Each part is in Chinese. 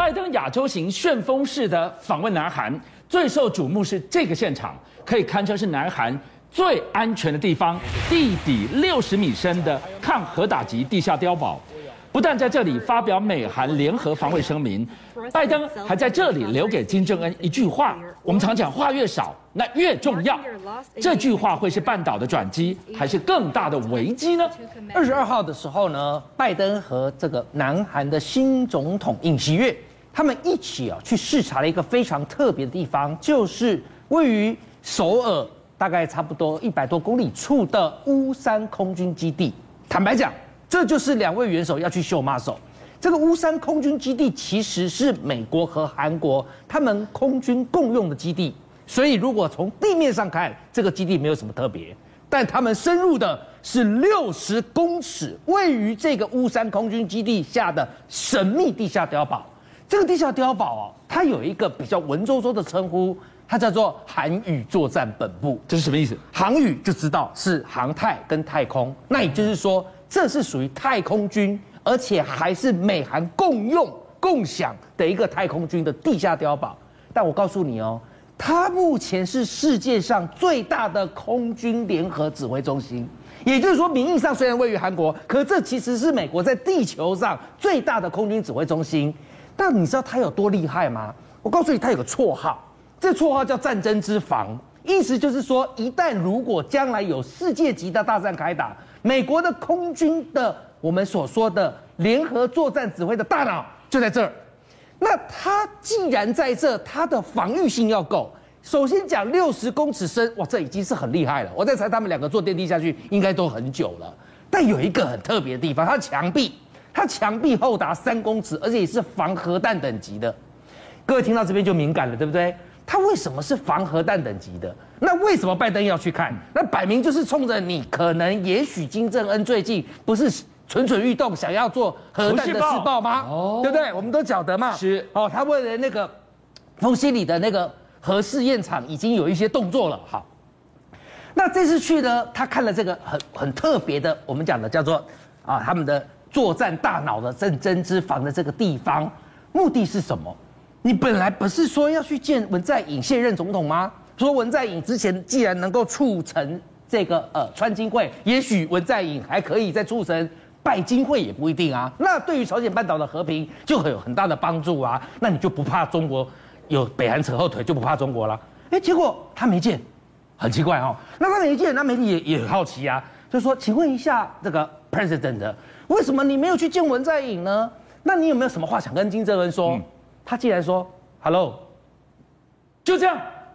拜登亚洲行旋风式的访问南韩，最受瞩目是这个现场，可以堪称是南韩最安全的地方，地底60米深的抗核打击地下碉堡。不但在这里发表美韩联合防卫声明，拜登还在这里留给金正恩一句话：我们常讲话越少，那越重要。这句话会是半岛的转机，还是更大的危机呢 ？22号的时候呢，拜登和这个南韩的新总统尹锡悦，他们一起去视察了一个非常特别的地方，就是位于首尔大概差不多100多公里处的乌山空军基地。坦白讲，这就是两位元首要去秀 muscle。这个乌山空军基地其实是美国和韩国他们空军共用的基地，所以如果从地面上看，这个基地没有什么特别。但他们深入的是60公尺，位于这个乌山空军基地下的神秘地下碉堡。这个地下碉堡它有一个比较文绉绉的称呼，它叫做韩宇作战本部。 这是什么意思？ 航宇就知道是航太跟太空，那也就是说，这是属于太空军，而且还是美韩共用共享的一个太空军的地下碉堡。但我告诉你它目前是世界上最大的空军联合指挥中心，也就是说，名义上虽然位于韩国，可这其实是美国在地球上最大的空军指挥中心。但你知道它有多厉害吗？我告诉你，它有个绰号，这绰号叫战争之防，意思就是说，一旦如果将来有世界级的大战开打，美国的空军的我们所说的联合作战指挥的大脑就在这儿。那它既然在这，它的防御性要够。首先讲60公尺深，哇，这已经是很厉害了。我在猜他们两个坐电梯下去应该都很久了。但有一个很特别的地方，它墙壁厚达3公尺，而且也是防核弹等级的。各位听到这边就敏感了，对不对？它为什么是防核弹等级的？那为什么拜登要去看？那摆明就是冲着你可能也许金正恩最近不是蠢蠢欲动，想要做核弹的试爆吗？对不对？我们都晓得嘛。 是他为了那个丰西里的那个核试验场已经有一些动作了。好，那这次去呢，他看了这个很特别的，我们讲的叫做他们的作战大脑的战争之防的这个地方，目的是什么？你本来不是说要去见文在寅卸任总统吗？说文在寅之前既然能够促成这个川金会，也许文在寅还可以再促成拜金会，也不一定啊。那对于朝鲜半岛的和平就会有很大的帮助啊。那你就不怕中国有北韩扯后腿，就不怕中国了。结果他没见，很奇怪那他没见，那媒体也很好奇啊，就说，请问一下这个 president， 为什么你没有去见文在寅呢？那你有没有什么话想跟金正恩说？他竟然说 hello， 就这样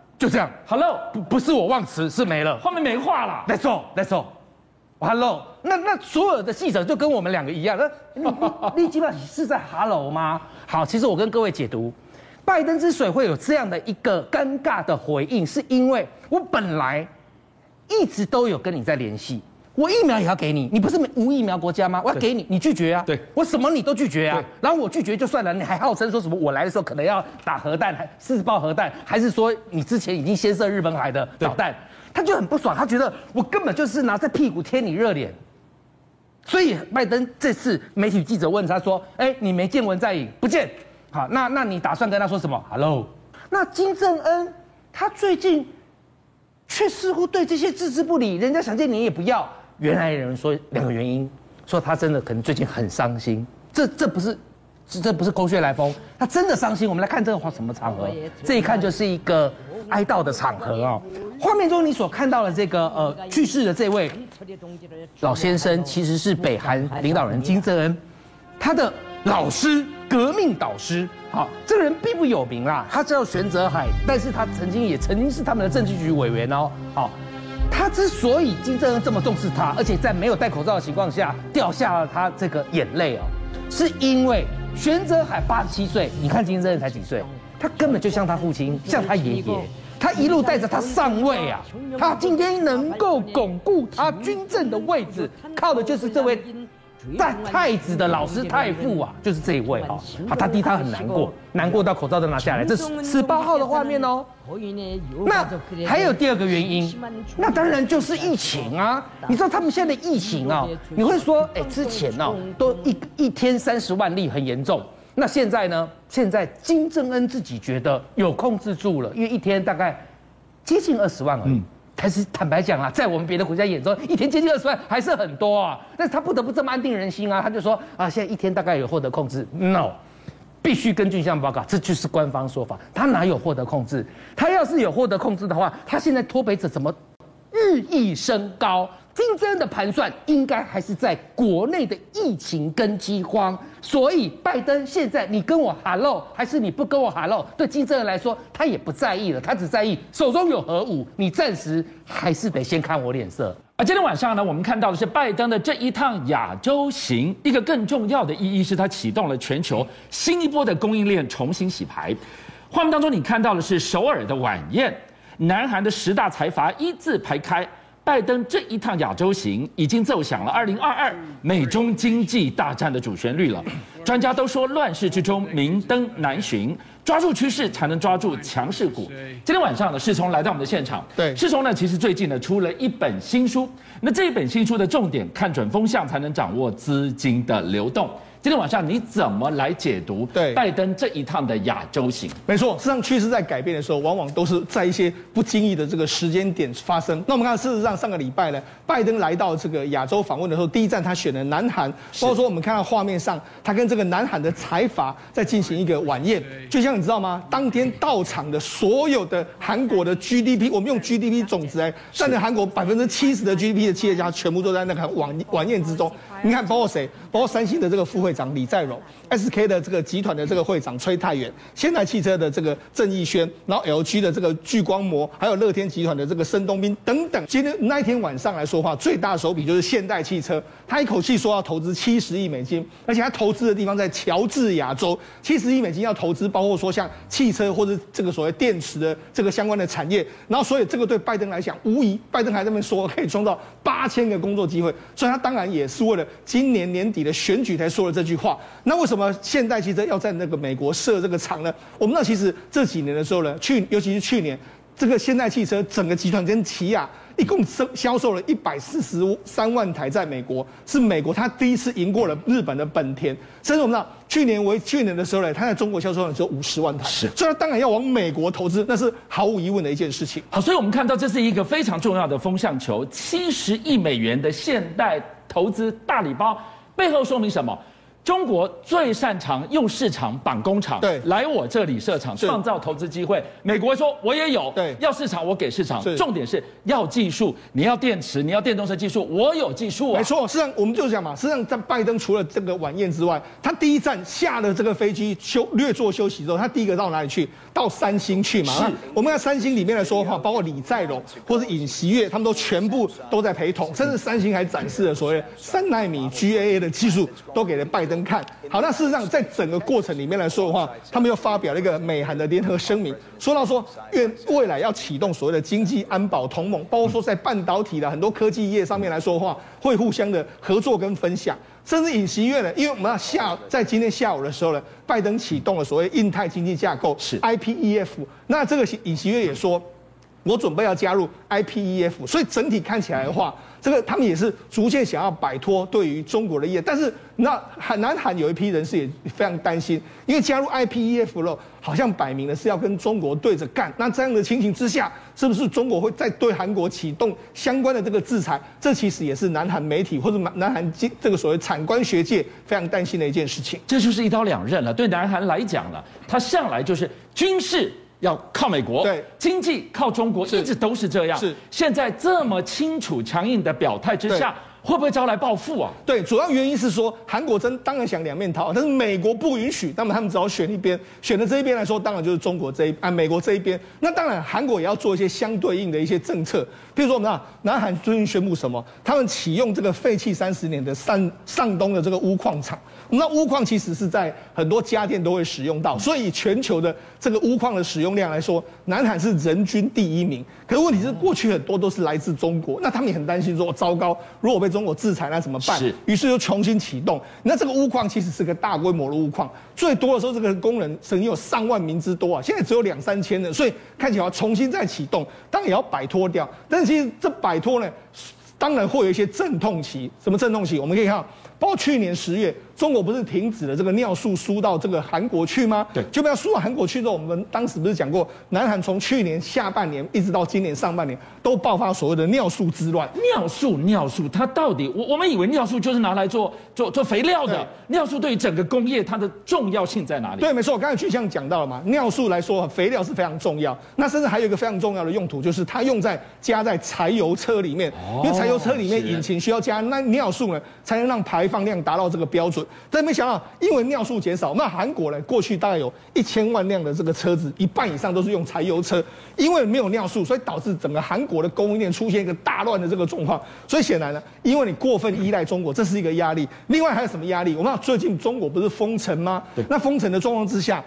，hello， 不是我忘词，是没了， 后面没话了。 That's all，hello。那所有的记者就跟我们两个一样，你基本上是在 hello 吗？好，其实我跟各位解读，拜登之所以会有这样的一个尴尬的回应，是因为我本来一直都有跟你在联系。我疫苗也要给你，你不是无疫苗国家吗？我要给你，你拒绝啊！ 对， 我什么你都拒绝啊！然后我拒绝就算了，你还号称说什么我来的时候可能要打核弹，还试爆核弹，还是说你之前已经先射日本海的导弹？他就很不爽，他觉得我根本就是拿在屁股贴你热脸。所以拜登这次媒体记者问他说：“你没见文在寅？不见。好，那你打算跟他说什么 ？Hello。那金正恩他最近却似乎对这些置之不理，人家想见你也不要。”原来有人说2个原因，说他真的可能最近很伤心，这不是空穴来风，他真的伤心。我们来看这个什么场合，这一看就是一个哀悼的场合画面中你所看到的这个去世的这位老先生，其实是北韩领导人金正恩他的老师、革命导师。好，这个人并不有名啦，他叫玄泽海，但是他曾经是他们的政治局委员好。他之所以金正恩这么重视他，而且在没有戴口罩的情况下掉下了他这个眼泪是因为玄泽海87岁，你看金正恩才几岁，他根本就像他父亲，像他爷爷，他一路带着他上位他今天能够巩固他军政的位置，靠的就是这位太子的老师太傅就是这一位他弟他很难过到口罩都拿下来，这是18号的画面那还有第2个原因，那当然就是疫情你知道他们现在的疫情你会说之前都一天30万例很严重， 那现在呢？现在金正恩自己觉得有控制住了，因为一天大概接近20万而已。但是坦白讲啊，在我们别的国家眼中，一天接近20万还是很多啊。但是他不得不这么安定人心啊，他就说啊，现在一天大概有获得控制 ，no， 必须根据项目报告，这就是官方说法。他哪有获得控制？他要是有获得控制的话，他现在脱北者怎么日益升高？金正恩的盘算应该还是在国内的疫情跟饥荒，所以拜登现在你跟我 hello 还是你不跟我 hello， 对金正恩来说他也不在意了，他只在意手中有核武，你暂时还是得先看我脸色。 而今天晚上呢，我们看到的是拜登的这一趟亚洲行，一个更重要的意义是他启动了全球新一波的供应链重新洗牌。画面当中你看到的是首尔的晚宴，南韩的10大财阀一字排开。拜登这一趟亚洲行已经奏响了2022美中经济大战的主旋律了。专家都说，乱世之中明灯难寻，抓住趋势才能抓住强势股。今天晚上呢，世聪来到我们的现场。 对， 世聪呢，其实最近呢出了一本新书。那这一本新书的重点，看准风向才能掌握资金的流动。今天晚上你怎么来解读拜登这一趟的亚洲行？ 没错，事实上趋势在改变的时候，往往都是在一些不经意的这个时间点发生。那我们看，事实上上个礼拜呢，拜登来到这个亚洲访问的时候，第一站他选了南韩，包括说我们看到画面上，他跟这个南韩的财阀在进行一个晚宴。就像你知道吗？当天到场的所有的韩国的 GDP， 我们用 GDP 总值来占了韩国70%的 GDP 的企业家，全部都在那个晚宴之中。你看，包括谁？包括三星的这个副会长李在镕 ，SK 的这个集团的这个会长崔泰元，现代汽车的这个郑义轩，然后 LG 的这个具光模，还有乐天集团的这个申东斌等等。今天那一天晚上来说话，最大的手笔就是现代汽车，他一口气说要投资70亿美金，而且他投资的地方在乔治亚州，70亿美金要投资，包括说像汽车或者这个所谓电池的这个相关的产业。然后所以这个对拜登来讲，无疑拜登还在那边说可以创造8000个工作机会，所以他当然也是为了今年年底的选举才说了这句话。那为什么现代汽车要在那个美国设这个厂呢？我们知道其实这几年的时候呢，尤其是去年，这个现代汽车整个集团跟起亚一共销售了143万台在美国，是美国它第一次赢过了日本的本田。甚至我们知道去年的时候呢，它在中国销售量只有50万台，所以它当然要往美国投资，那是毫无疑问的一件事情。 好，所以我们看到这是一个非常重要的风向球，70亿美元的现代投资大礼包，背后说明什么？中国最擅长用市场绑工厂， 对， 来我这里设厂，创造投资机会。美国说我也有， 对， 要市场我给市场，重点是要技术，你要电池，你要电动车技术，我有技术啊。 没错，实际上我们就讲嘛，实际上在拜登除了这个晚宴之外，他第一站下了这个飞机略作休息之后，他第一个到哪里去？到三星去嘛。是，我们看三星里面来说的话，包括李在镕或是尹锡悦，他们都全部都在陪同，甚至三星还展示了所谓的3奈米 GAA 的技术，都给了拜登看。好，那事实上在整个过程里面来说的话，他们又发表了一个美韩的联合声明，说到说未来要启动所谓的经济安保同盟，包括说在半导体的很多科技业上面来说的话，会互相的合作跟分享。甚至尹锡悦呢，因为我们在今天下午的时候呢，拜登启动了所谓印太经济架构是 IPEF， 那这个尹锡悦也说，我准备要加入 IPEF， 所以整体看起来的话，这个他们也是逐渐想要摆脱对于中国的依赖。但是那南韩有一批人士也非常担心，因为加入 IPEF 了，好像摆明了是要跟中国对着干。那这样的情形之下，是不是中国会再对韩国启动相关的这个制裁？这其实也是南韩媒体或者南韩这个所谓产官学界非常担心的一件事情。 这就是一刀两刃了。对南韩来讲了，他向来就是军事要靠美国， 对， 经济靠中国，一直都是这样。 是， 现在这么清楚强硬的表态之下，会不会招来报复啊？ 对，主要原因是说韩国当然想两面讨，但是美国不允许，那么他们只好选一边，选的这一边来说，当然就是中国美国这一边。那当然韩国也要做一些相对应的一些政策，比如说我们南韩最近宣布什么？他们启用这个废弃30年的上东的这个钨矿厂。那钨矿其实是在很多家电都会使用到，所以全球的这个钨矿的使用量来说，南韩是人均第1名。可是问题是，过去很多都是来自中国，那他们也很担心说，糟糕，如果被中国制裁那怎么办？于是就重新启动。那这个钨矿其实是个大规模的钨矿，最多的时候这个工人曾经有上万名之多啊，现在只有2-3千人，所以看起来要重新再启动，当然也要摆脱掉。但是其实这摆脱呢，当然会有一些阵痛期。什么阵痛期？我们可以看到，包括去年10月， 中国不是停止了这个尿素输到这个韩国去吗？ 对， 就不要输到韩国去之后，我们当时不是讲过，南韩从去年下半年一直到今年上半年都爆发所谓的尿素之乱。 尿素，它到底我们以为尿素就是拿来做肥料的，尿素对于整个工业它的重要性在哪里？ 对，没错，我刚才具象讲到了嘛，尿素来说，肥料是非常重要。那甚至还有一个非常重要的用途，就是它加在柴油车里面，因为柴油车里面引擎需要加那尿素呢，才能让排放量达到这个标准。但没想到，因为尿素减少，那韩国呢，过去大概有1000万辆的这个车子，一半以上都是用柴油车，因为没有尿素，所以导致整个韩国的供应链出现一个大乱的这个状况。所以显然呢，因为你过分依赖中国，这是一个压力。另外还有什么压力？我们最近中国不是封城吗？那封城的状况之下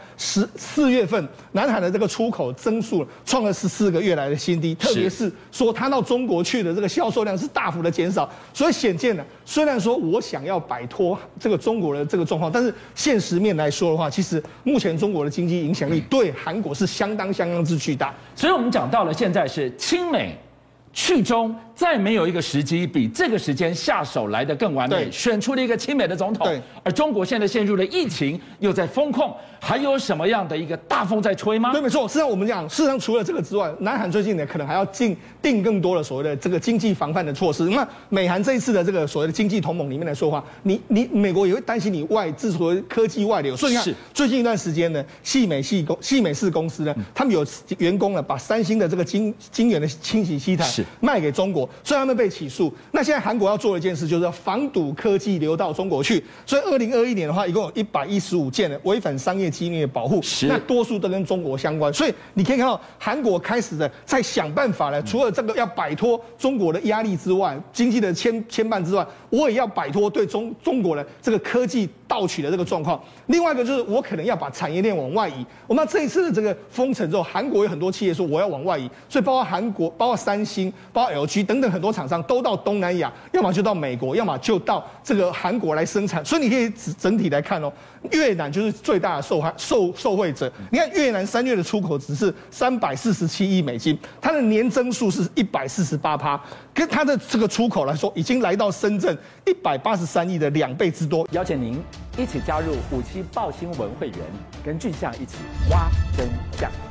，4月份南韩的这个出口增速创了14个月来的新低，特别是说它到中国去的这个销售量是大幅的减少。所以显见呢，虽然说我想要摆脱这个中国的这个状况，但是现实面来说的话，其实目前中国的经济影响力对韩国是相当之巨大。 所以我们讲到了现在是亲美去中，再没有一个时机比这个时间下手来得更完美，选出了一个亲美的总统。而中国现在陷入了疫情，又在封控，还有什么样的一个大风在吹吗？ 对，没错。事实上我们讲，事实上除了这个之外，南韩最近呢可能还要定更多的所谓的这个经济防范的措施。那美韩这一次的这个所谓的经济同盟里面来说的话，你美国也会担心你所谓科技外流，所以你看最近一段时间呢，细美式公司呢，他们有员工呢把三星的这个晶圆的清洗机台卖给中国，所以他们被起诉。那现在韩国要做的一件事，就是要防堵科技流到中国去。所以2021年的话，一共有115件的违反商业机密的保护，那多数都跟中国相关。所以你可以看到，韩国开始的在想办法呢，除了这个要摆脱中国的压力之外，经济的牵绊之外，我也要摆脱对中国的这个科技盗取的这个状况。另外一个就是我可能要把产业链往外移。我们这一次的这个封城之后，韩国有很多企业说我要往外移，所以包括三星、包括 LG 等等很多厂商都到东南亚，要么就到美国，要么就到这个韩国来生产。所以你可以整体来看哦，越南就是最大的受惠者。你看越南3月的出口只是347亿美金，它的年增速是148%，跟它的这个出口来说，已经来到深圳183亿的2倍之多。 邀请您一起加入57爆新闻会员，跟俊相一起挖真相。